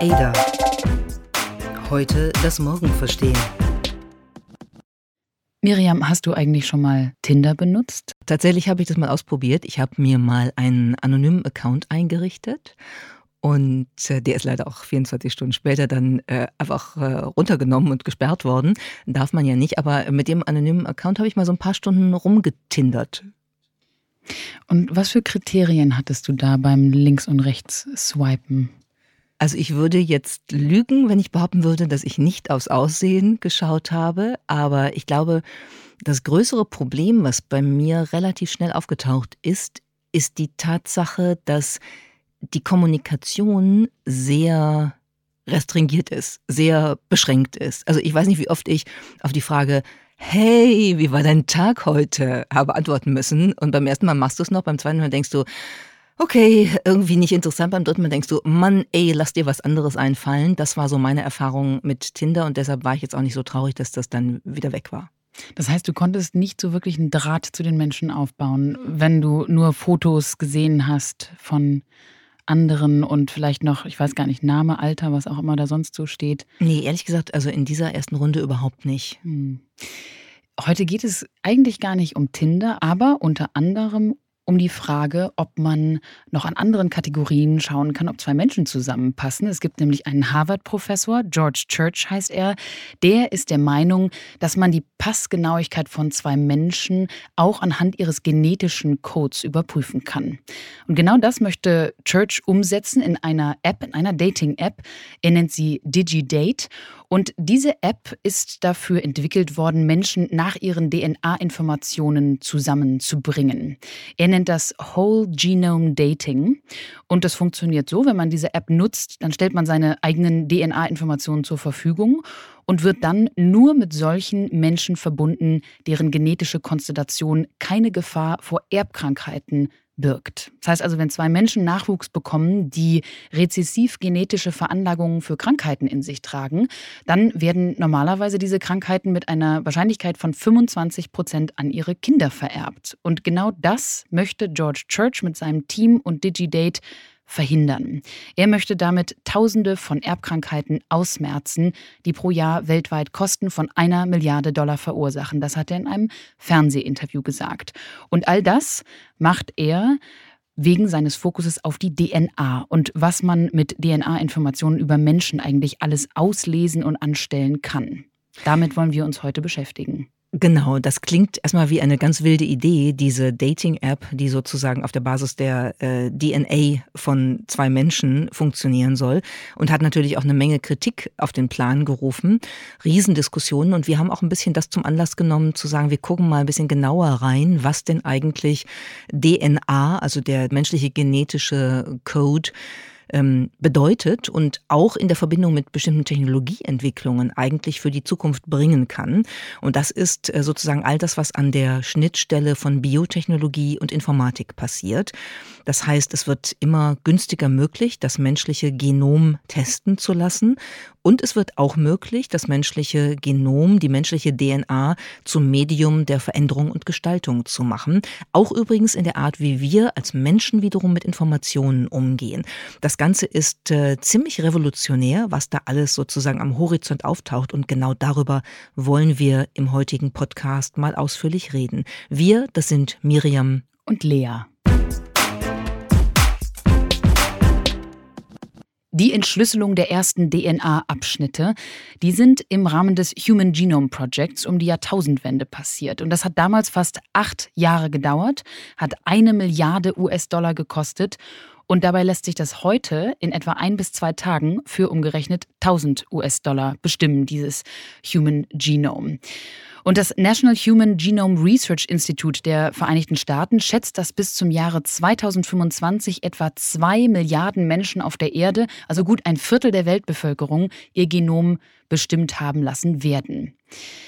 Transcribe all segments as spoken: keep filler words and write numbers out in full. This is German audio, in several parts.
Ada. Heute das Morgen verstehen. Miriam, hast du eigentlich schon mal Tinder benutzt? Tatsächlich habe ich das mal ausprobiert. Ich habe mir mal einen anonymen Account eingerichtet und äh, der ist leider auch vierundzwanzig Stunden später dann äh, einfach äh, runtergenommen und gesperrt worden. Darf man ja nicht, aber mit dem anonymen Account habe ich mal so ein paar Stunden rumgetindert. Und was für Kriterien hattest du da beim Links- und Rechts-Swipen? Also ich würde jetzt lügen, wenn ich behaupten würde, dass ich nicht aufs Aussehen geschaut habe. Aber ich glaube, das größere Problem, was bei mir relativ schnell aufgetaucht ist, ist die Tatsache, dass die Kommunikation sehr restringiert ist, sehr beschränkt ist. Also ich weiß nicht, wie oft ich auf die Frage, hey, wie war dein Tag heute, habe antworten müssen. Und beim ersten Mal machst du es noch, beim zweiten Mal denkst du, okay, irgendwie nicht interessant. Beim dritten Mal denkst du, Mann, ey, lass dir was anderes einfallen. Das war so meine Erfahrung mit Tinder und deshalb war ich jetzt auch nicht so traurig, dass das dann wieder weg war. Das heißt, du konntest nicht so wirklich einen Draht zu den Menschen aufbauen, wenn du nur Fotos gesehen hast von anderen und vielleicht noch, ich weiß gar nicht, Name, Alter, was auch immer da sonst so steht. Nee, ehrlich gesagt, also in dieser ersten Runde überhaupt nicht. Hm. Heute geht es eigentlich gar nicht um Tinder, aber unter anderem um die Frage, ob man noch an anderen Kategorien schauen kann, ob zwei Menschen zusammenpassen. Es gibt nämlich einen Harvard-Professor, George Church heißt er, der ist der Meinung, dass man die Passgenauigkeit von zwei Menschen auch anhand ihres genetischen Codes überprüfen kann. Und genau das möchte Church umsetzen in einer App, in einer Dating-App. Er nennt sie DigiDate. Und diese App ist dafür entwickelt worden, Menschen nach ihren D N A-Informationen zusammenzubringen. Er nennt das Whole Genome Dating. Und das funktioniert so, wenn man diese App nutzt, dann stellt man seine eigenen D N A-Informationen zur Verfügung und wird dann nur mit solchen Menschen verbunden, deren genetische Konstellation keine Gefahr vor Erbkrankheiten birgt. Das heißt also, wenn zwei Menschen Nachwuchs bekommen, die rezessiv genetische Veranlagungen für Krankheiten in sich tragen, dann werden normalerweise diese Krankheiten mit einer Wahrscheinlichkeit von fünfundzwanzig Prozent an ihre Kinder vererbt. Und genau das möchte George Church mit seinem Team und DigiDate verhindern. Er möchte damit Tausende von Erbkrankheiten ausmerzen, die pro Jahr weltweit Kosten von einer Milliarde Dollar verursachen. Das hat er in einem Fernsehinterview gesagt. Und all das macht er wegen seines Fokuses auf die D N A und was man mit D N A-Informationen über Menschen eigentlich alles auslesen und anstellen kann. Damit wollen wir uns heute beschäftigen. Genau, das klingt erstmal wie eine ganz wilde Idee, diese Dating-App, die sozusagen auf der Basis der äh, D N A von zwei Menschen funktionieren soll und hat natürlich auch eine Menge Kritik auf den Plan gerufen, Riesendiskussionen und wir haben auch ein bisschen das zum Anlass genommen zu sagen, wir gucken mal ein bisschen genauer rein, was denn eigentlich D N A, also der menschliche genetische Code, bedeutet und auch in der Verbindung mit bestimmten Technologieentwicklungen eigentlich für die Zukunft bringen kann. Und das ist sozusagen all das, was an der Schnittstelle von Biotechnologie und Informatik passiert. Das heißt, es wird immer günstiger möglich, das menschliche Genom testen zu lassen. Und es wird auch möglich, das menschliche Genom, die menschliche D N A zum Medium der Veränderung und Gestaltung zu machen. Auch übrigens in der Art, wie wir als Menschen wiederum mit Informationen umgehen. Das Ganze ist äh, ziemlich revolutionär, was da alles sozusagen am Horizont auftaucht. Und genau darüber wollen wir im heutigen Podcast mal ausführlich reden. Wir, das sind Miriam und Lea. Die Entschlüsselung der ersten D N A-Abschnitte, die sind im Rahmen des Human Genome Projects um die Jahrtausendwende passiert. Und das hat damals fast acht Jahre gedauert, hat eine Milliarde U S-Dollar gekostet. Und dabei lässt sich das heute in etwa ein bis zwei Tagen für umgerechnet tausend U S-Dollar bestimmen, dieses Human Genome. Und das National Human Genome Research Institute der Vereinigten Staaten schätzt, dass bis zum Jahre zweitausendfünfundzwanzig etwa zwei Milliarden Menschen auf der Erde, also gut ein Viertel der Weltbevölkerung, ihr Genom bestimmt haben lassen werden.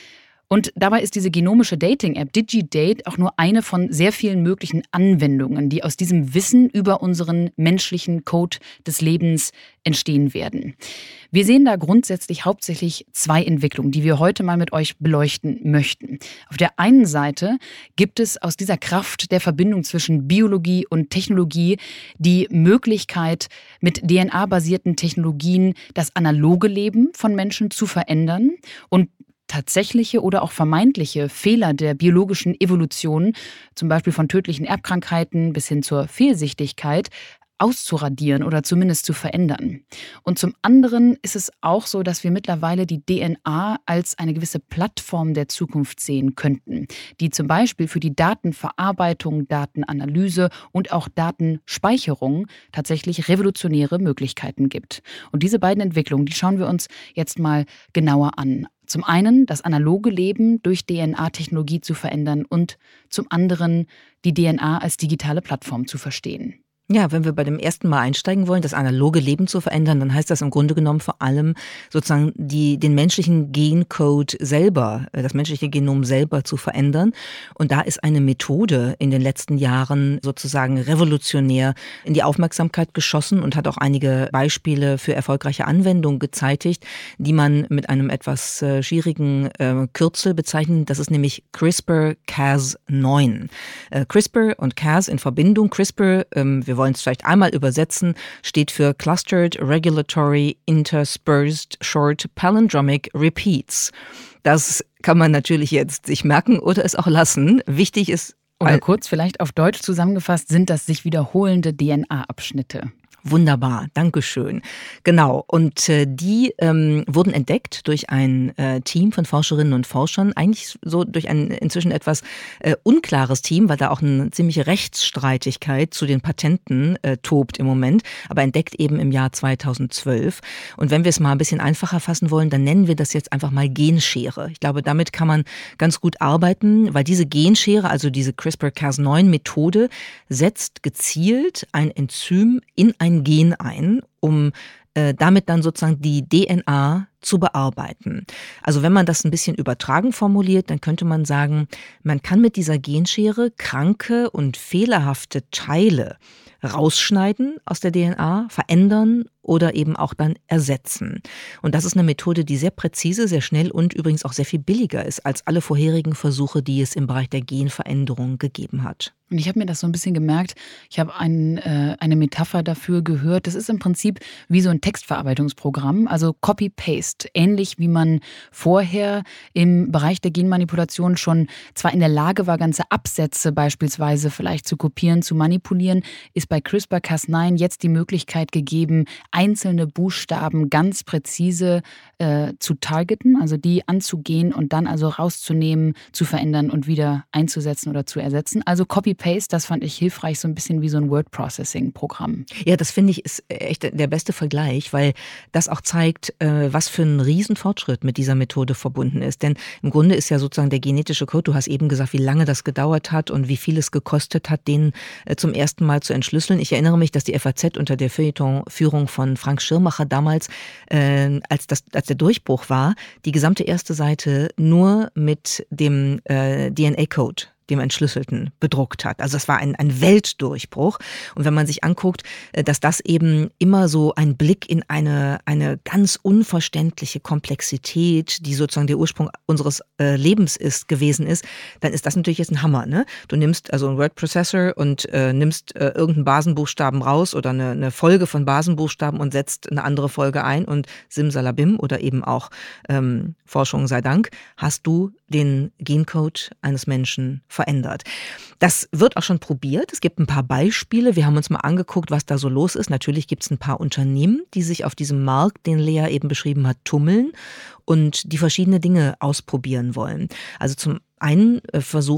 Und dabei ist diese genomische Dating-App DigiDate auch nur eine von sehr vielen möglichen Anwendungen, die aus diesem Wissen über unseren menschlichen Code des Lebens entstehen werden. Wir sehen da grundsätzlich hauptsächlich zwei Entwicklungen, die wir heute mal mit euch beleuchten möchten. Auf der einen Seite gibt es aus dieser Kraft der Verbindung zwischen Biologie und Technologie die Möglichkeit, mit D N A-basierten Technologien das analoge Leben von Menschen zu verändern und tatsächliche oder auch vermeintliche Fehler der biologischen Evolution, zum Beispiel von tödlichen Erbkrankheiten bis hin zur Fehlsichtigkeit, auszuradieren oder zumindest zu verändern. Und zum anderen ist es auch so, dass wir mittlerweile die D N A als eine gewisse Plattform der Zukunft sehen könnten, die zum Beispiel für die Datenverarbeitung, Datenanalyse und auch Datenspeicherung tatsächlich revolutionäre Möglichkeiten gibt. Und diese beiden Entwicklungen, die schauen wir uns jetzt mal genauer an. Zum einen das analoge Leben durch D N A-Technologie zu verändern und zum anderen die D N A als digitale Plattform zu verstehen. Ja, wenn wir bei dem ersten Mal einsteigen wollen, das analoge Leben zu verändern, dann heißt das im Grunde genommen vor allem sozusagen die, den menschlichen Gencode selber, das menschliche Genom selber zu verändern. Und da ist eine Methode in den letzten Jahren sozusagen revolutionär in die Aufmerksamkeit geschossen und hat auch einige Beispiele für erfolgreiche Anwendungen gezeitigt, die man mit einem etwas äh, schwierigen äh, Kürzel bezeichnet. Das ist nämlich CRISPR Cas neun. Äh, CRISPR und Cas in Verbindung. CRISPR, ähm, wir Wir wollen es vielleicht einmal übersetzen, steht für Clustered Regulatory Interspersed Short Palindromic Repeats. Das kann man natürlich jetzt sich merken oder es auch lassen. Wichtig ist... Oder kurz vielleicht auf Deutsch zusammengefasst, sind das sich wiederholende D N A-Abschnitte. Wunderbar, Dankeschön. Genau, und äh, die ähm, wurden entdeckt durch ein äh, Team von Forscherinnen und Forschern, eigentlich so durch ein inzwischen etwas äh, unklares Team, weil da auch eine ziemliche Rechtsstreitigkeit zu den Patenten äh, tobt im Moment, aber entdeckt eben im Jahr zweitausendzwölf. Und wenn wir es mal ein bisschen einfacher fassen wollen, dann nennen wir das jetzt einfach mal Genschere. Ich glaube, damit kann man ganz gut arbeiten, weil diese Genschere, also diese CRISPR Cas neun Methode, setzt gezielt ein Enzym in ein Gen ein, um äh, damit dann sozusagen die D N A zu bearbeiten. Also wenn man das ein bisschen übertragen formuliert, dann könnte man sagen, man kann mit dieser Genschere kranke und fehlerhafte Teile rausschneiden aus der D N A, verändern oder eben auch dann ersetzen. Und das ist eine Methode, die sehr präzise, sehr schnell und übrigens auch sehr viel billiger ist als alle vorherigen Versuche, die es im Bereich der Genveränderung gegeben hat. Und ich habe mir das so ein bisschen gemerkt, ich habe ein, äh, eine Metapher dafür gehört. Das ist im Prinzip wie so ein Textverarbeitungsprogramm, also Copy-Paste. Ähnlich wie man vorher im Bereich der Genmanipulation schon zwar in der Lage war, ganze Absätze beispielsweise vielleicht zu kopieren, zu manipulieren, ist bei CRISPR Cas neun jetzt die Möglichkeit gegeben, einzelne Buchstaben ganz präzise äh, zu targeten, also die anzugehen und dann also rauszunehmen, zu verändern und wieder einzusetzen oder zu ersetzen. Also Copy-Paste, das fand ich hilfreich, so ein bisschen wie so ein Word-Processing-Programm. Ja, das finde ich ist echt der beste Vergleich, weil das auch zeigt, äh, was für ein Riesenfortschritt mit dieser Methode verbunden ist. Denn im Grunde ist ja sozusagen der genetische Code, du hast eben gesagt, wie lange das gedauert hat und wie viel es gekostet hat, den äh, zum ersten Mal zu entschlüsseln. Ich erinnere mich, dass die F A Z unter der Feuilleton-Führung von Frank Schirmacher damals, äh, als, das, als der Durchbruch war, die gesamte erste Seite nur mit dem äh, D N A-Code, dem Entschlüsselten, bedruckt hat. Also das war ein, ein Weltdurchbruch. Und wenn man sich anguckt, dass das eben immer so ein Blick in eine, eine ganz unverständliche Komplexität, die sozusagen der Ursprung unseres äh, Lebens ist, gewesen ist, dann ist das natürlich jetzt ein Hammer. Ne? Du nimmst also einen Word-Processor und äh, nimmst äh, irgendeinen Basenbuchstaben raus oder eine, eine Folge von Basenbuchstaben und setzt eine andere Folge ein und simsalabim oder eben auch ähm, Forschung sei Dank, hast du den Gencode eines Menschen verändert. Das wird auch schon probiert. Es gibt ein paar Beispiele. Wir haben uns mal angeguckt, was da so los ist. Natürlich gibt es ein paar Unternehmen, die sich auf diesem Markt, den Lea eben beschrieben hat, tummeln und die verschiedene Dinge ausprobieren wollen. Also zum einen versuchen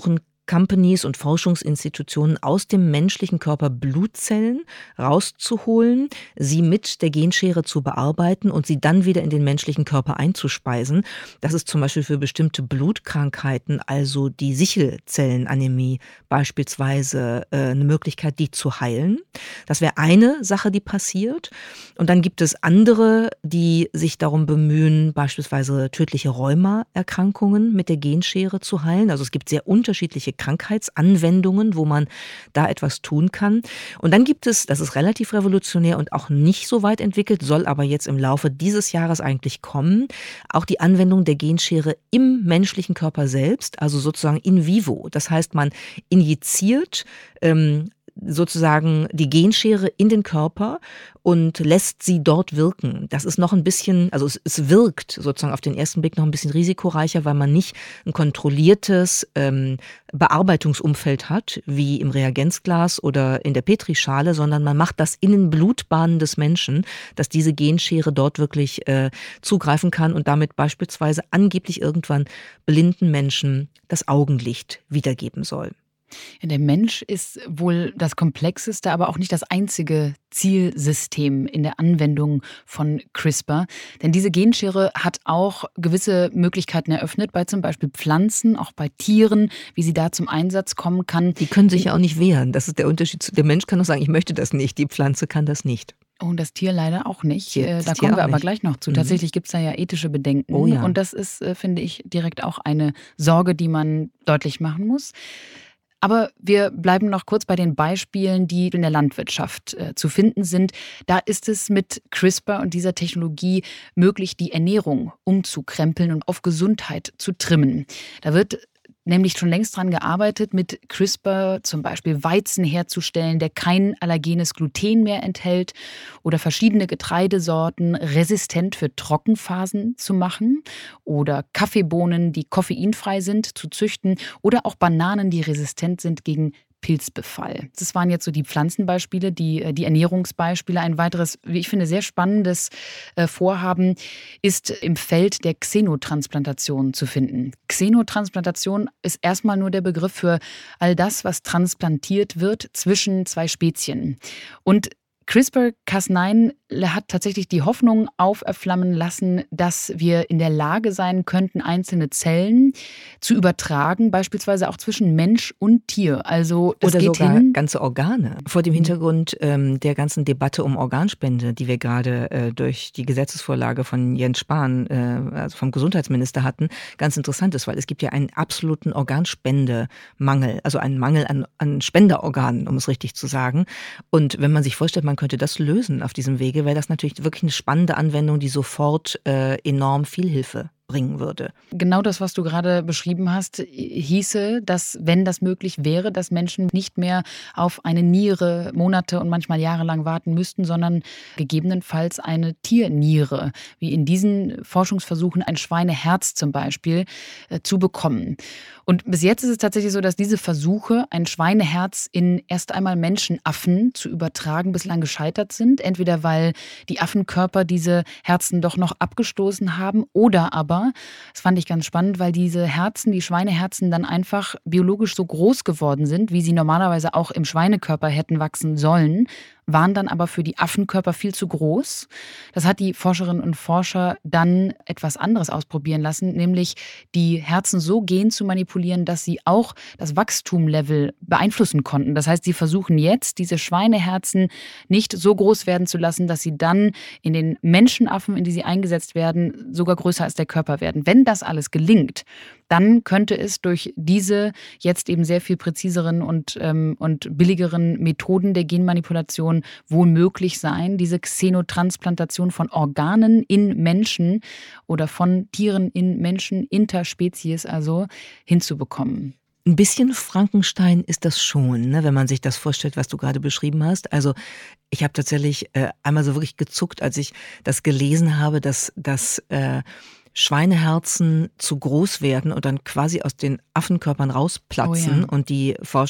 Companies und Forschungsinstitutionen aus dem menschlichen Körper Blutzellen rauszuholen, sie mit der Genschere zu bearbeiten und sie dann wieder in den menschlichen Körper einzuspeisen. Das ist zum Beispiel für bestimmte Blutkrankheiten, also die Sichelzellenanämie beispielsweise, äh, eine Möglichkeit, die zu heilen. Das wäre eine Sache, die passiert. Und dann gibt es andere, die sich darum bemühen, beispielsweise tödliche Rheumaerkrankungen mit der Genschere zu heilen. Also es gibt sehr unterschiedliche Krankheitsanwendungen, wo man da etwas tun kann. Und dann gibt es, das ist relativ revolutionär und auch nicht so weit entwickelt, soll aber jetzt im Laufe dieses Jahres eigentlich kommen, auch die Anwendung der Genschere im menschlichen Körper selbst, also sozusagen in vivo. Das heißt, man injiziert ähm, sozusagen die Genschere in den Körper und lässt sie dort wirken. Das ist noch ein bisschen, also es, es wirkt sozusagen auf den ersten Blick noch ein bisschen risikoreicher, weil man nicht ein kontrolliertes ähm, Bearbeitungsumfeld hat, wie im Reagenzglas oder in der Petrischale, sondern man macht das in den Blutbahnen des Menschen, dass diese Genschere dort wirklich äh, zugreifen kann und damit beispielsweise angeblich irgendwann blinden Menschen das Augenlicht wiedergeben soll. Ja, der Mensch ist wohl das komplexeste, aber auch nicht das einzige Zielsystem in der Anwendung von CRISPR. Denn diese Genschere hat auch gewisse Möglichkeiten eröffnet, bei zum Beispiel Pflanzen, auch bei Tieren, wie sie da zum Einsatz kommen kann. Die können sich ja auch nicht wehren. Das ist der Unterschied. Der Mensch kann doch sagen, ich möchte das nicht. Die Pflanze kann das nicht. Oh, und das Tier leider auch nicht. Das da Tier kommen wir auch aber nicht. gleich noch zu. Mhm. Tatsächlich gibt es da ja ethische Bedenken. Oh ja. Und das ist, äh, finde ich, direkt auch eine Sorge, die man deutlich machen muss. Aber wir bleiben noch kurz bei den Beispielen, die in der Landwirtschaft äh, zu finden sind. Da ist es mit CRISPR und dieser Technologie möglich, die Ernährung umzukrempeln und auf Gesundheit zu trimmen. Da wird nämlich schon längst dran gearbeitet, mit CRISPR zum Beispiel Weizen herzustellen, der kein allergenes Gluten mehr enthält, oder verschiedene Getreidesorten resistent für Trockenphasen zu machen, oder Kaffeebohnen, die koffeinfrei sind, zu züchten, oder auch Bananen, die resistent sind gegen Pilzbefall. Das waren jetzt so die Pflanzenbeispiele, die, die Ernährungsbeispiele. Ein weiteres, wie ich finde, sehr spannendes äh, Vorhaben ist im Feld der Xenotransplantation zu finden. Xenotransplantation ist erstmal nur der Begriff für all das, was transplantiert wird zwischen zwei Spezien. Und CRISPR Cas neun hat tatsächlich die Hoffnung auferflammen lassen, dass wir in der Lage sein könnten, einzelne Zellen zu übertragen, beispielsweise auch zwischen Mensch und Tier. Also das Oder geht sogar hin. ganze Organe. Vor dem Hintergrund ähm, der ganzen Debatte um Organspende, die wir gerade äh, durch die Gesetzesvorlage von Jens Spahn, äh, also vom Gesundheitsminister hatten, ganz interessant ist, weil es gibt ja einen absoluten Organspendemangel, also einen Mangel an, an Spenderorganen, um es richtig zu sagen. Und wenn man sich vorstellt, man könnte das lösen auf diesem Wege, wäre das natürlich wirklich eine spannende Anwendung, die sofort äh, enorm viel Hilfe bringen würde. Genau das, was du gerade beschrieben hast, hieße, dass, wenn das möglich wäre, dass Menschen nicht mehr auf eine Niere Monate und manchmal jahrelang warten müssten, sondern gegebenenfalls eine Tierniere, wie in diesen Forschungsversuchen ein Schweineherz zum Beispiel, äh, zu bekommen. Und bis jetzt ist es tatsächlich so, dass diese Versuche, ein Schweineherz in erst einmal Menschenaffen zu übertragen, bislang gescheitert sind. Entweder weil die Affenkörper diese Herzen doch noch abgestoßen haben oder aber, das fand ich ganz spannend, weil diese Herzen, die Schweineherzen, dann einfach biologisch so groß geworden sind, wie sie normalerweise auch im Schweinekörper hätten wachsen sollen, waren dann aber für die Affenkörper viel zu groß. Das hat die Forscherinnen und Forscher dann etwas anderes ausprobieren lassen, nämlich die Herzen so gen zu manipulieren, dass sie auch das Wachstumlevel beeinflussen konnten. Das heißt, sie versuchen jetzt, diese Schweineherzen nicht so groß werden zu lassen, dass sie dann in den Menschenaffen, in die sie eingesetzt werden, sogar größer als der Körper werden. Wenn das alles gelingt, dann könnte es durch diese jetzt eben sehr viel präziseren und, ähm, und billigeren Methoden der Genmanipulation wohl möglich sein, diese Xenotransplantation von Organen in Menschen oder von Tieren in Menschen, interspezies also, hinzubekommen. Ein bisschen Frankenstein ist das schon, ne, wenn man sich das vorstellt, was du gerade beschrieben hast. Also ich habe tatsächlich äh, einmal so wirklich gezuckt, als ich das gelesen habe, dass, dass äh, Schweineherzen zu groß werden und dann quasi aus den Affenkörpern rausplatzen. Oh ja. Und die Forscher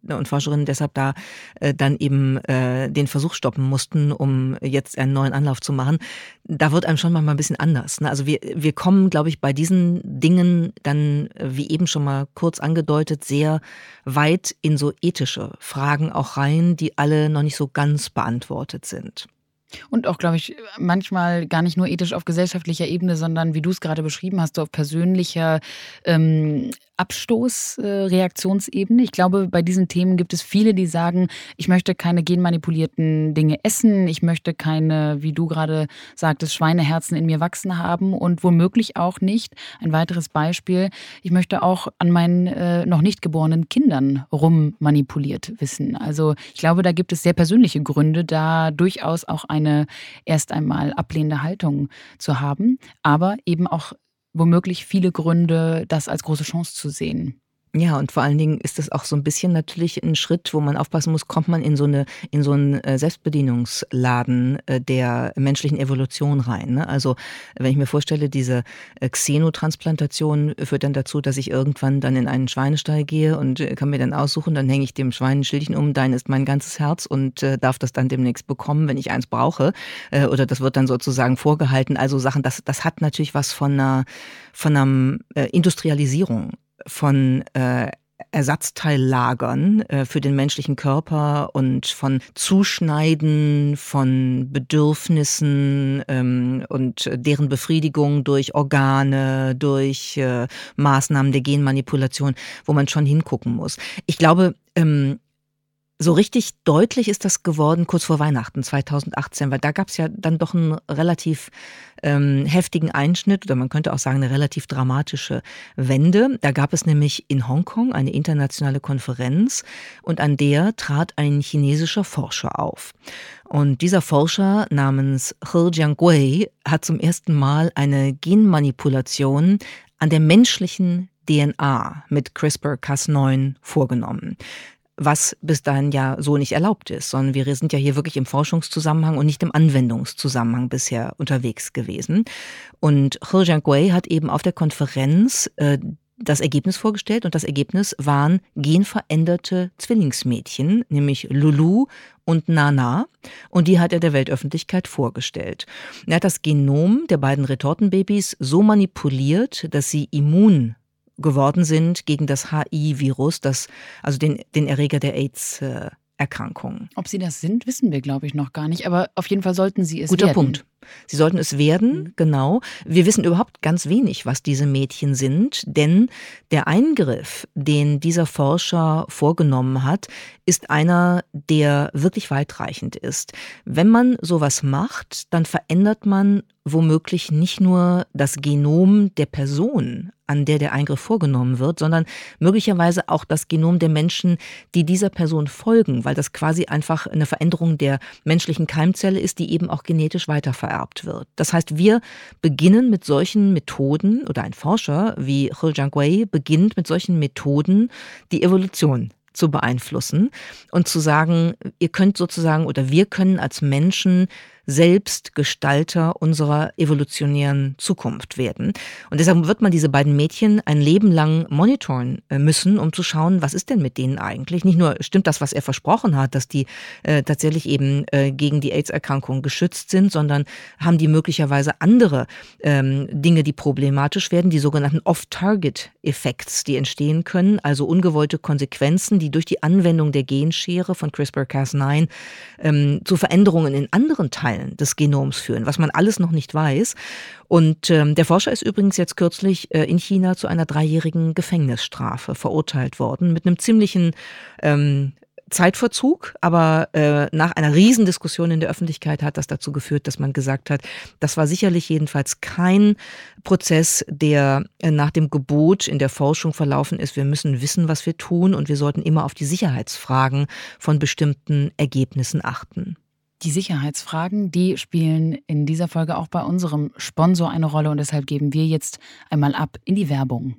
und Forscherinnen deshalb da äh, dann eben äh, den Versuch stoppen mussten, um jetzt einen neuen Anlauf zu machen. Da wird einem schon mal ein bisschen anders. Ne? Also wir, wir kommen, glaube ich, bei diesen Dingen dann, wie eben schon mal kurz angedeutet, sehr weit in so ethische Fragen auch rein, die alle noch nicht so ganz beantwortet sind. Und auch, glaube ich, manchmal gar nicht nur ethisch auf gesellschaftlicher Ebene, sondern, wie du es gerade beschrieben hast, so auf persönlicher ähm, Abstoßreaktionsebene. Äh, ich glaube, bei diesen Themen gibt es viele, die sagen, ich möchte keine genmanipulierten Dinge essen, ich möchte keine, wie du gerade sagtest, Schweineherzen in mir wachsen haben und womöglich auch nicht, ein weiteres Beispiel, ich möchte auch an meinen äh, noch nicht geborenen Kindern rummanipuliert wissen. Also ich glaube, da gibt es sehr persönliche Gründe, da durchaus auch ein eine erst einmal ablehnende Haltung zu haben, aber eben auch womöglich viele Gründe, das als große Chance zu sehen. Ja, und vor allen Dingen ist das auch so ein bisschen natürlich ein Schritt, wo man aufpassen muss, kommt man in so eine in so 'n äh, Selbstbedienungsladen äh, der menschlichen Evolution rein, ne? Also, wenn ich mir vorstelle, diese äh, Xenotransplantation führt dann dazu, dass ich irgendwann dann in einen Schweinestall gehe und äh, kann mir dann aussuchen, dann hänge ich dem Schwein 'n Schildchen um, dein ist mein ganzes Herz und äh, darf das dann demnächst bekommen, wenn ich eins brauche. Äh, oder das wird dann sozusagen vorgehalten. Also Sachen, das das hat natürlich was von 'ner von 'ner äh, Industrialisierung von äh, Ersatzteillagern äh, für den menschlichen Körper und von Zuschneiden von Bedürfnissen ähm, und deren Befriedigung durch Organe, durch äh, Maßnahmen der Genmanipulation, wo man schon hingucken muss. Ich glaube, ähm, so richtig deutlich ist das geworden kurz vor Weihnachten zweitausendachtzehn, weil da gab es ja dann doch einen relativ ähm, heftigen Einschnitt oder man könnte auch sagen eine relativ dramatische Wende. Da gab es nämlich in Hongkong eine internationale Konferenz und an der trat ein chinesischer Forscher auf. Und dieser Forscher namens He Jiankui hat zum ersten Mal eine Genmanipulation an der menschlichen D N A mit CRISPR Cas neun vorgenommen. Was bis dahin ja so nicht erlaubt ist, sondern wir sind ja hier wirklich im Forschungszusammenhang und nicht im Anwendungszusammenhang bisher unterwegs gewesen. Und He Jiankui hat eben auf der Konferenz äh, das Ergebnis vorgestellt und das Ergebnis waren genveränderte Zwillingsmädchen, nämlich Lulu und Nana, und die hat er der Weltöffentlichkeit vorgestellt. Er hat das Genom der beiden Retortenbabys so manipuliert, dass sie immun geworden sind gegen das H I-Virus, das, also den, den Erreger der AIDS-Erkrankung. Ob sie das sind, wissen wir, glaube ich, noch gar nicht. Aber auf jeden Fall sollten sie es Guter werden. Punkt. Sie sollten es werden, Mhm. genau. Wir wissen überhaupt ganz wenig, was diese Mädchen sind, denn der Eingriff, den dieser Forscher vorgenommen hat, ist einer, der wirklich weitreichend ist. Wenn man sowas macht, dann verändert man womöglich nicht nur das Genom der Person, an der der Eingriff vorgenommen wird, sondern möglicherweise auch das Genom der Menschen, die dieser Person folgen, weil das quasi einfach eine Veränderung der menschlichen Keimzelle ist, die eben auch genetisch weitervererbt wird. Das heißt, wir beginnen mit solchen Methoden, oder ein Forscher wie He Jiankui beginnt mit solchen Methoden die Evolution zu beeinflussen und zu sagen, ihr könnt sozusagen oder wir können als Menschen selbst Gestalter unserer evolutionären Zukunft werden. Und deshalb wird man diese beiden Mädchen ein Leben lang monitoren müssen, um zu schauen, was ist denn mit denen eigentlich? Nicht nur stimmt das, was er versprochen hat, dass die äh, tatsächlich eben äh, gegen die AIDS-Erkrankung geschützt sind, sondern haben die möglicherweise andere ähm, Dinge, die problematisch werden, die sogenannten Off-Target-Effects, die entstehen können, also ungewollte Konsequenzen, die durch die Anwendung der Genschere von CRISPR Cas neun ähm, zu Veränderungen in anderen Teilen des Genoms führen, was man alles noch nicht weiß. Und ähm, der Forscher ist übrigens jetzt kürzlich äh, in China zu einer dreijährigen Gefängnisstrafe verurteilt worden, mit einem ziemlichen ähm, Zeitverzug, aber äh, nach einer Riesendiskussion in der Öffentlichkeit hat das dazu geführt, dass man gesagt hat, das war sicherlich jedenfalls kein Prozess, der äh, nach dem Gebot in der Forschung verlaufen ist. Wir müssen wissen, was wir tun und wir sollten immer auf die Sicherheitsfragen von bestimmten Ergebnissen achten. Die Sicherheitsfragen, die spielen in dieser Folge auch bei unserem Sponsor eine Rolle und deshalb geben wir jetzt einmal ab in die Werbung.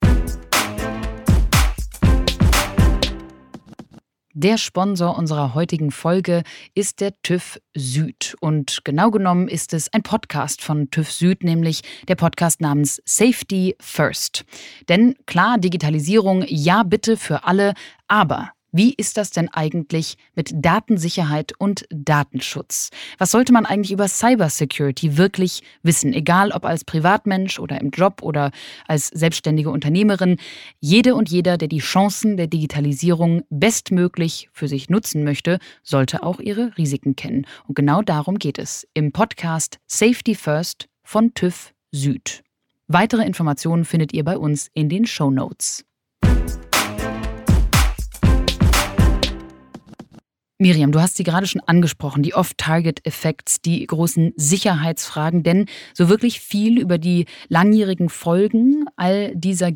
Der Sponsor unserer heutigen Folge ist der TÜV Süd. Und genau genommen ist es ein Podcast von TÜV Süd, nämlich der Podcast namens Safety First. Denn klar, Digitalisierung, ja bitte für alle, aber Wie ist das denn eigentlich mit Datensicherheit und Datenschutz? Was sollte man eigentlich über Cybersecurity wirklich wissen? Egal ob als Privatmensch oder im Job oder als selbstständige Unternehmerin. Jede und jeder, der die Chancen der Digitalisierung bestmöglich für sich nutzen möchte, sollte auch ihre Risiken kennen. Und genau darum geht es im Podcast Safety First von TÜV Süd. Weitere Informationen findet ihr bei uns in den Shownotes. Miriam, du hast sie gerade schon angesprochen, die Off-Target-Effects, die großen Sicherheitsfragen, denn so wirklich viel über die langjährigen Folgen all dieser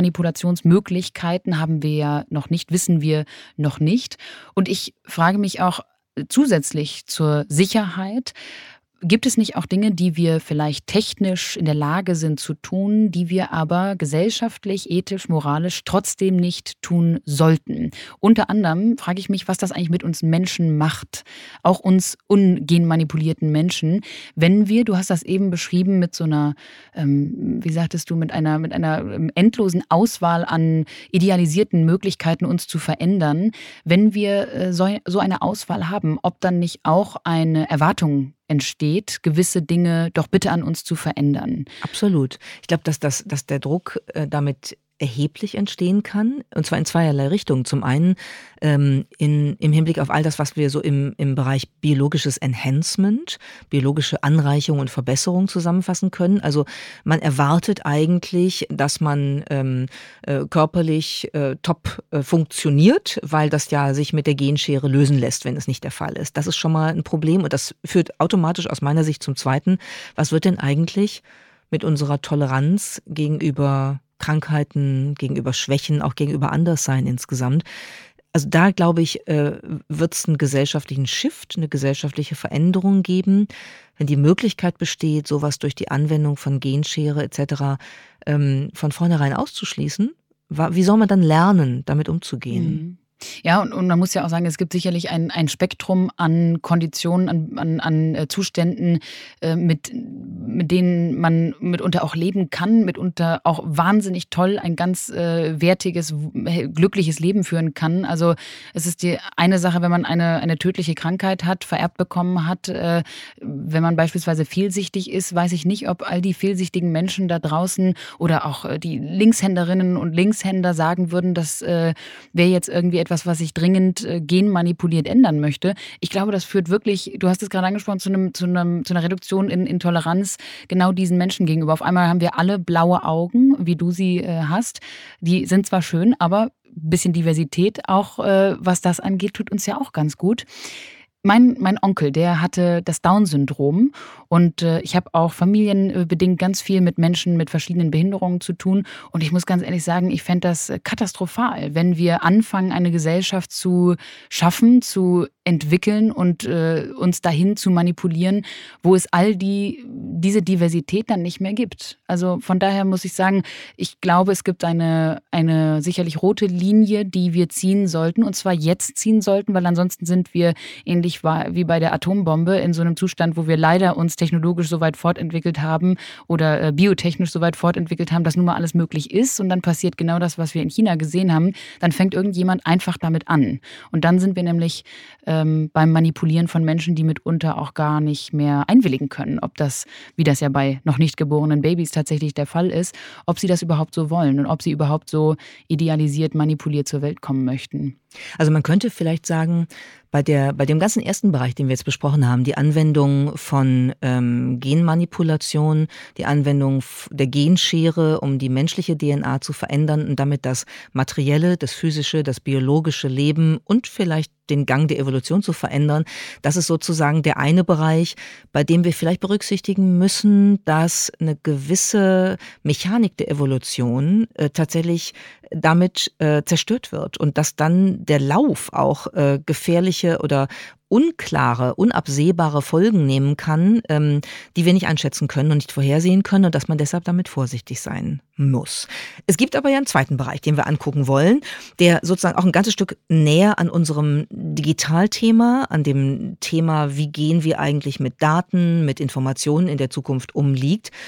Genmanipulationsmöglichkeiten haben wir ja noch nicht, wissen wir noch nicht. Und ich frage mich auch zusätzlich zur Sicherheit, gibt es nicht auch Dinge, die wir vielleicht technisch in der Lage sind zu tun, die wir aber gesellschaftlich, ethisch, moralisch trotzdem nicht tun sollten? Unter anderem frage ich mich, was das eigentlich mit uns Menschen macht, auch uns ungenmanipulierten Menschen, wenn wir, du hast das eben beschrieben, mit so einer, ähm, wie sagtest du, mit einer, mit einer endlosen Auswahl an idealisierten Möglichkeiten, uns zu verändern, wenn wir äh, so, so eine Auswahl haben, ob dann nicht auch eine Erwartung entsteht, gewisse Dinge doch bitte an uns zu verändern. Absolut. Ich glaube, dass, das, dass der Druck äh, damit erheblich entstehen kann, und zwar in zweierlei Richtungen. Zum einen ähm, in, im Hinblick auf all das, was wir so im, im Bereich biologisches Enhancement, biologische Anreicherung und Verbesserung zusammenfassen können. Also man erwartet eigentlich, dass man ähm, äh, körperlich äh, top äh, funktioniert, weil das ja sich mit der Genschere lösen lässt, wenn es nicht der Fall ist. Das ist schon mal ein Problem und das führt automatisch aus meiner Sicht zum Zweiten. Was wird denn eigentlich mit unserer Toleranz gegenüber Krankheiten, gegenüber Schwächen, auch gegenüber Anderssein insgesamt? Also da, glaube ich, wird es einen gesellschaftlichen Shift, eine gesellschaftliche Veränderung geben, wenn die Möglichkeit besteht, sowas durch die Anwendung von Genschere et cetera ähm, von vornherein auszuschließen. Wie soll man dann lernen, damit umzugehen? Mhm. Ja, und, und man muss ja auch sagen, es gibt sicherlich ein, ein Spektrum an Konditionen, an, an, an äh, Zuständen, äh, mit, mit denen man mitunter auch leben kann, mitunter auch wahnsinnig toll ein ganz äh, wertiges, glückliches Leben führen kann. Also es ist die eine Sache, wenn man eine, eine tödliche Krankheit hat, vererbt bekommen hat. Äh, wenn man beispielsweise fehlsichtig ist, weiß ich nicht, ob all die fehlsichtigen Menschen da draußen oder auch äh, die Linkshänderinnen und Linkshänder sagen würden, das äh, wäre jetzt irgendwie etwas, etwas, was ich dringend äh, genmanipuliert ändern möchte. Ich glaube, das führt wirklich, du hast es gerade angesprochen, zu, einem, zu, einem, zu einer Reduktion in, in Toleranz genau diesen Menschen gegenüber. Auf einmal haben wir alle blaue Augen, wie du sie äh, hast. Die sind zwar schön, aber ein bisschen Diversität, auch äh, was das angeht, tut uns ja auch ganz gut. Mein, mein Onkel, der hatte das Down-Syndrom und äh, ich habe auch familienbedingt ganz viel mit Menschen mit verschiedenen Behinderungen zu tun und ich muss ganz ehrlich sagen, ich fände das katastrophal, wenn wir anfangen, eine Gesellschaft zu schaffen, zu entwickeln und äh, uns dahin zu manipulieren, wo es all die, diese Diversität dann nicht mehr gibt. Also von daher muss ich sagen, ich glaube, es gibt eine, eine sicherlich rote Linie, die wir ziehen sollten und zwar jetzt ziehen sollten, weil ansonsten sind wir ähnlich wie bei der Atombombe in so einem Zustand, wo wir leider uns technologisch so weit fortentwickelt haben oder äh, biotechnisch so weit fortentwickelt haben, dass nun mal alles möglich ist und dann passiert genau das, was wir in China gesehen haben, dann fängt irgendjemand einfach damit an. Und dann sind wir nämlich ähm, beim Manipulieren von Menschen, die mitunter auch gar nicht mehr einwilligen können, ob das, wie das ja bei noch nicht geborenen Babys tatsächlich der Fall ist, ob sie das überhaupt so wollen und ob sie überhaupt so idealisiert, manipuliert zur Welt kommen möchten. Also man könnte vielleicht sagen, bei der, bei dem ganzen ersten Bereich, den wir jetzt besprochen haben, die Anwendung von ähm, Genmanipulation, die Anwendung der Genschere, um die menschliche D N A zu verändern und damit das materielle, das physische, das biologische Leben und vielleicht den Gang der Evolution zu verändern, das ist sozusagen der eine Bereich, bei dem wir vielleicht berücksichtigen müssen, dass eine gewisse Mechanik der Evolution äh, tatsächlich damit äh, zerstört wird und dass dann der Lauf auch äh, gefährliche oder unklare, unabsehbare Folgen nehmen kann, ähm, die wir nicht einschätzen können und nicht vorhersehen können und dass man deshalb damit vorsichtig sein muss. Es gibt aber ja einen zweiten Bereich, den wir angucken wollen, der sozusagen auch ein ganzes Stück näher an unserem Digitalthema, an dem Thema, wie gehen wir eigentlich mit Daten, mit Informationen in der Zukunft um, liegt.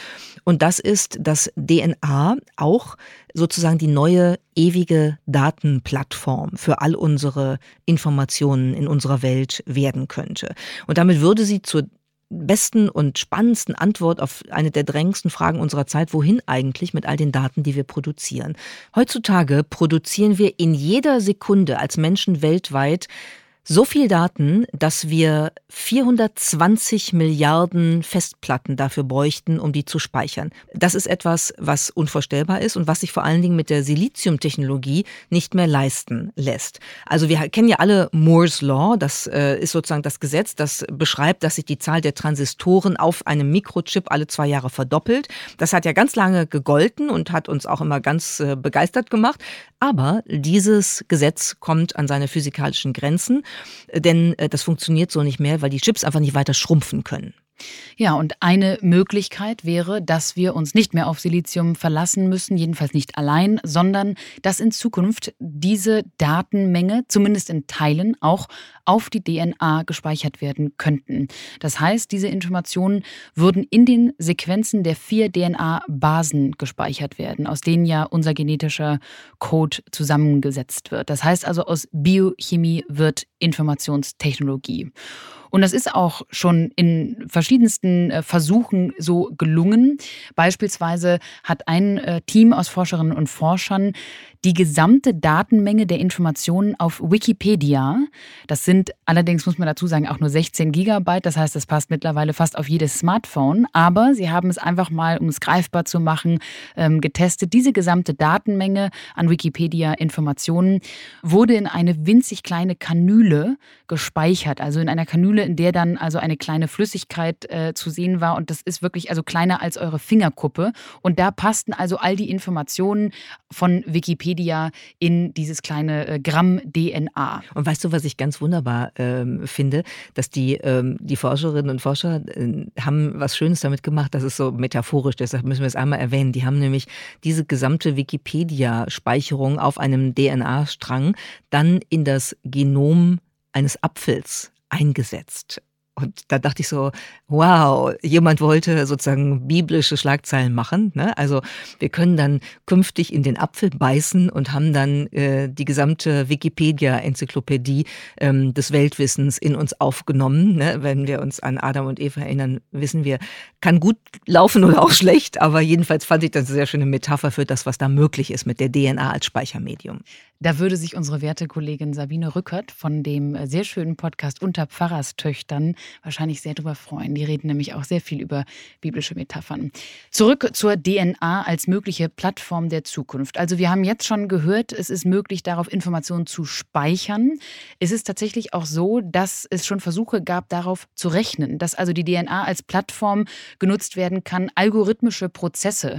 Und das ist, dass D N A auch sozusagen die neue ewige Datenplattform für all unsere Informationen in unserer Welt werden könnte. Und damit würde sie zur besten und spannendsten Antwort auf eine der drängendsten Fragen unserer Zeit: Wohin eigentlich mit all den Daten, die wir produzieren? Heutzutage produzieren wir in jeder Sekunde als Menschen weltweit so viel Daten, dass wir vierhundertzwanzig Milliarden Festplatten dafür bräuchten, um die zu speichern. Das ist etwas, was unvorstellbar ist und was sich vor allen Dingen mit der Siliziumtechnologie nicht mehr leisten lässt. Also wir kennen ja alle Moore's Law, das äh, ist sozusagen das Gesetz, das beschreibt, dass sich die Zahl der Transistoren auf einem Mikrochip alle zwei Jahre verdoppelt. Das hat ja ganz lange gegolten und hat uns auch immer ganz äh, begeistert gemacht. Aber dieses Gesetz kommt an seine physikalischen Grenzen, denn äh, das funktioniert so nicht mehr, weil die Chips einfach nicht weiter schrumpfen können. Ja, und eine Möglichkeit wäre, dass wir uns nicht mehr auf Silizium verlassen müssen, jedenfalls nicht allein, sondern dass in Zukunft diese Datenmenge, zumindest in Teilen, auch auf die D N A gespeichert werden könnten. Das heißt, diese Informationen würden in den Sequenzen der vier D N A-Basen gespeichert werden, aus denen ja unser genetischer Code zusammengesetzt wird. Das heißt also, aus Biochemie wird Informationstechnologie. Und das ist auch schon in verschiedensten äh, Versuchen so gelungen. Beispielsweise hat ein äh, Team aus Forscherinnen und Forschern die gesamte Datenmenge der Informationen auf Wikipedia, das sind allerdings, muss man dazu sagen, auch nur sechzehn Gigabyte, das heißt, das passt mittlerweile fast auf jedes Smartphone, aber sie haben es einfach mal, um es greifbar zu machen, ähm, getestet. Diese gesamte Datenmenge an Wikipedia-Informationen wurde in eine winzig kleine Kanüle gespeichert, also in einer Kanüle, in der dann also eine kleine Flüssigkeit äh, zu sehen war, und das ist wirklich also kleiner als eure Fingerkuppe, und da passten also all die Informationen von Wikipedia in dieses kleine äh, Gramm D N A. Und weißt du, was ich ganz wunderbar ähm, finde, dass die, ähm, die Forscherinnen und Forscher äh, haben was Schönes damit gemacht, das ist so metaphorisch, deshalb müssen wir es einmal erwähnen. Die haben nämlich diese gesamte Wikipedia-Speicherung auf einem D N A-Strang dann in das Genom eines Apfels eingesetzt. Und da dachte ich so, wow, jemand wollte sozusagen biblische Schlagzeilen machen, ne? Also wir können dann künftig in den Apfel beißen und haben dann äh, die gesamte Wikipedia-Enzyklopädie ähm, des Weltwissens in uns aufgenommen. Ne? Wenn wir uns an Adam und Eva erinnern, wissen wir, kann gut laufen oder auch schlecht, aber jedenfalls fand ich das eine sehr schöne Metapher für das, was da möglich ist mit der D N A als Speichermedium. Da würde sich unsere werte Kollegin Sabine Rückert von dem sehr schönen Podcast Unter Pfarrerstöchtern wahrscheinlich sehr drüber freuen. Die reden nämlich auch sehr viel über biblische Metaphern. Zurück zur D N A als mögliche Plattform der Zukunft. Also wir haben jetzt schon gehört, es ist möglich, darauf Informationen zu speichern. Es ist tatsächlich auch so, dass es schon Versuche gab, darauf zu rechnen, dass also die D N A als Plattform genutzt werden kann, algorithmische Prozesse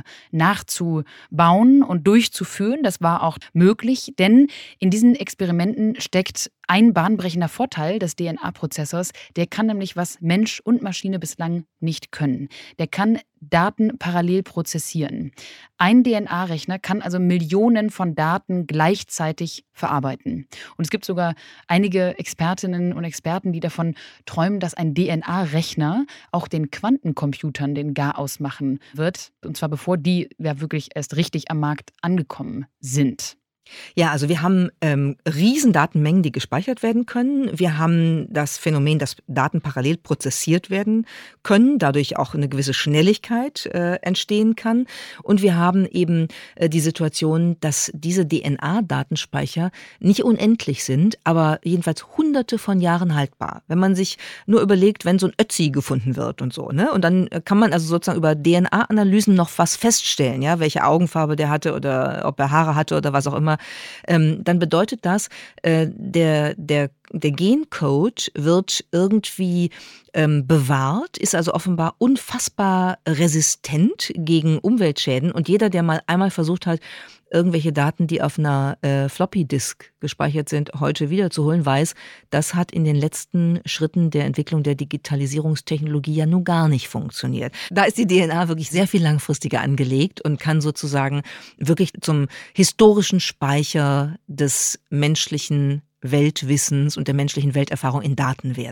nachzubauen und durchzuführen. Das war auch möglich, denn in diesen Experimenten steckt ein bahnbrechender Vorteil des D N A-Prozessors. Der kann nämlich, was Mensch und Maschine bislang nicht können. Der kann Daten parallel prozessieren. Ein D N A-Rechner kann also Millionen von Daten gleichzeitig verarbeiten. Und es gibt sogar einige Expertinnen und Experten, die davon träumen, dass ein D N A-Rechner auch den Quantencomputern den Garaus machen wird. Und zwar bevor die ja wirklich erst richtig am Markt angekommen sind. Ja, also wir haben ähm, riesen Datenmengen, die gespeichert werden können. Wir haben das Phänomen, dass Daten parallel prozessiert werden können, dadurch auch eine gewisse Schnelligkeit äh, entstehen kann. Und wir haben eben äh, die Situation, dass diese D N A-Datenspeicher nicht unendlich sind, aber jedenfalls hunderte von Jahren haltbar. Wenn man sich nur überlegt, wenn so ein Ötzi gefunden wird und so, ne? Und dann kann man also sozusagen über D N A-Analysen noch was feststellen, ja, welche Augenfarbe der hatte oder ob er Haare hatte oder was auch immer. Ähm, dann bedeutet das, äh, der, der, der Gencode wird irgendwie ähm, bewahrt, ist also offenbar unfassbar resistent gegen Umweltschäden. Und jeder, der mal einmal versucht hat, irgendwelche Daten, die auf einer äh, Floppy-Disk gespeichert sind, heute wiederzuholen, weiß, das hat in den letzten Schritten der Entwicklung der Digitalisierungstechnologie ja nun gar nicht funktioniert. Da ist die D N A wirklich sehr viel langfristiger angelegt und kann sozusagen wirklich zum historischen Speicher des menschlichen Weltwissens und der menschlichen Welterfahrung in Daten werden.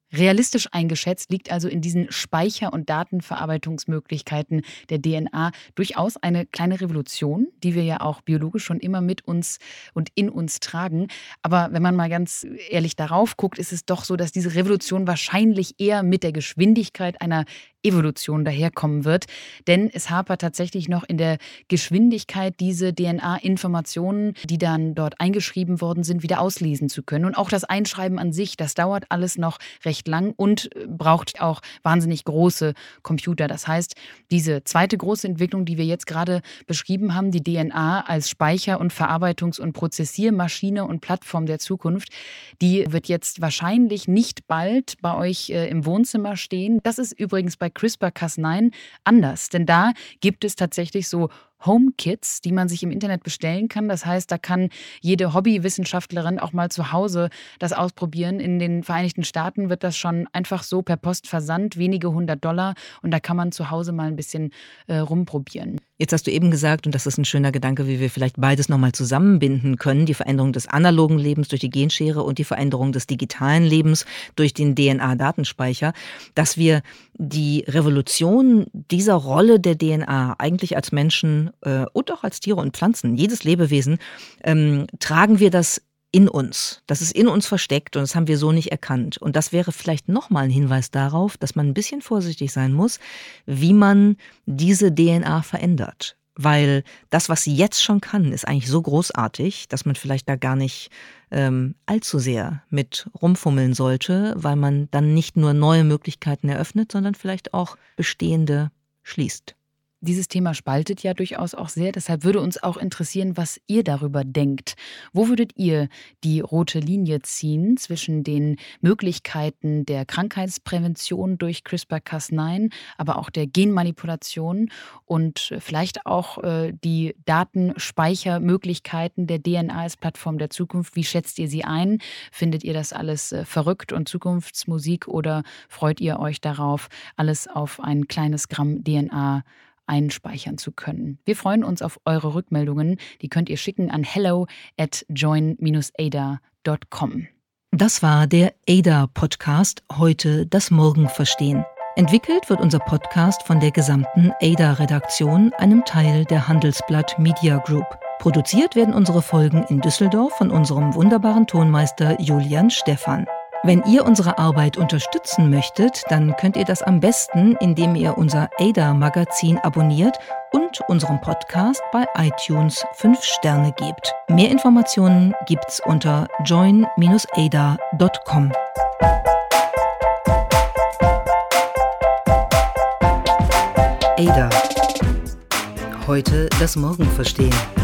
Realistisch eingeschätzt liegt also in diesen Speicher- und Datenverarbeitungsmöglichkeiten der D N A durchaus eine kleine Revolution, die wir ja auch biologisch schon immer mit uns und in uns tragen. Aber wenn man mal ganz ehrlich darauf guckt, ist es doch so, dass diese Revolution wahrscheinlich eher mit der Geschwindigkeit einer Evolution daherkommen wird. Denn es hapert tatsächlich noch in der Geschwindigkeit, diese D N A-Informationen, die dann dort eingeschrieben worden sind, wieder auslesen zu können. Und auch das Einschreiben an sich, das dauert alles noch recht lang und braucht auch wahnsinnig große Computer. Das heißt, diese zweite große Entwicklung, die wir jetzt gerade beschrieben haben, die D N A als Speicher- und Verarbeitungs- und Prozessiermaschine und Plattform der Zukunft, die wird jetzt wahrscheinlich nicht bald bei euch äh, im Wohnzimmer stehen. Das ist übrigens bei CRISPR Cas neun anders, denn da gibt es tatsächlich so Home-Kits, die man sich im Internet bestellen kann. Das heißt, da kann jede Hobbywissenschaftlerin auch mal zu Hause das ausprobieren. In den Vereinigten Staaten wird das schon einfach so per Post versandt, wenige hundert Dollar. Und da kann man zu Hause mal ein bisschen äh, rumprobieren. Jetzt hast du eben gesagt, und das ist ein schöner Gedanke, wie wir vielleicht beides nochmal zusammenbinden können, die Veränderung des analogen Lebens durch die Genschere und die Veränderung des digitalen Lebens durch den D N A-Datenspeicher, dass wir die Revolution dieser Rolle der D N A eigentlich als Menschen äh, und auch als Tiere und Pflanzen, jedes Lebewesen, ähm, tragen wir das in uns. Das ist in uns versteckt und das haben wir so nicht erkannt. Und das wäre vielleicht nochmal ein Hinweis darauf, dass man ein bisschen vorsichtig sein muss, wie man diese D N A verändert. Weil das, was sie jetzt schon kann, ist eigentlich so großartig, dass man vielleicht da gar nicht ähm, allzu sehr mit rumfummeln sollte, weil man dann nicht nur neue Möglichkeiten eröffnet, sondern vielleicht auch bestehende schließt. Dieses Thema spaltet ja durchaus auch sehr. Deshalb würde uns auch interessieren, was ihr darüber denkt. Wo würdet ihr die rote Linie ziehen zwischen den Möglichkeiten der Krankheitsprävention durch CRISPR Cas neun, aber auch der Genmanipulation und vielleicht auch äh, die Datenspeichermöglichkeiten der D N A als Plattform der Zukunft? Wie schätzt ihr sie ein? Findet ihr das alles äh, verrückt und Zukunftsmusik oder freut ihr euch darauf, alles auf ein kleines Gramm D N A einspeichern zu können? Wir freuen uns auf eure Rückmeldungen. Die könnt ihr schicken an hello at join dash ada dot com. Das war der A D A-Podcast Heute das Morgen verstehen. Entwickelt wird unser Podcast von der gesamten A D A-Redaktion, einem Teil der Handelsblatt Media Group. Produziert werden unsere Folgen in Düsseldorf von unserem wunderbaren Tonmeister Julian Stephan. Wenn ihr unsere Arbeit unterstützen möchtet, dann könnt ihr das am besten, indem ihr unser A D A-Magazin abonniert und unserem Podcast bei iTunes fünf Sterne gebt. Mehr Informationen gibt's unter join dash ada dot com. A D A. Heute das Morgen verstehen.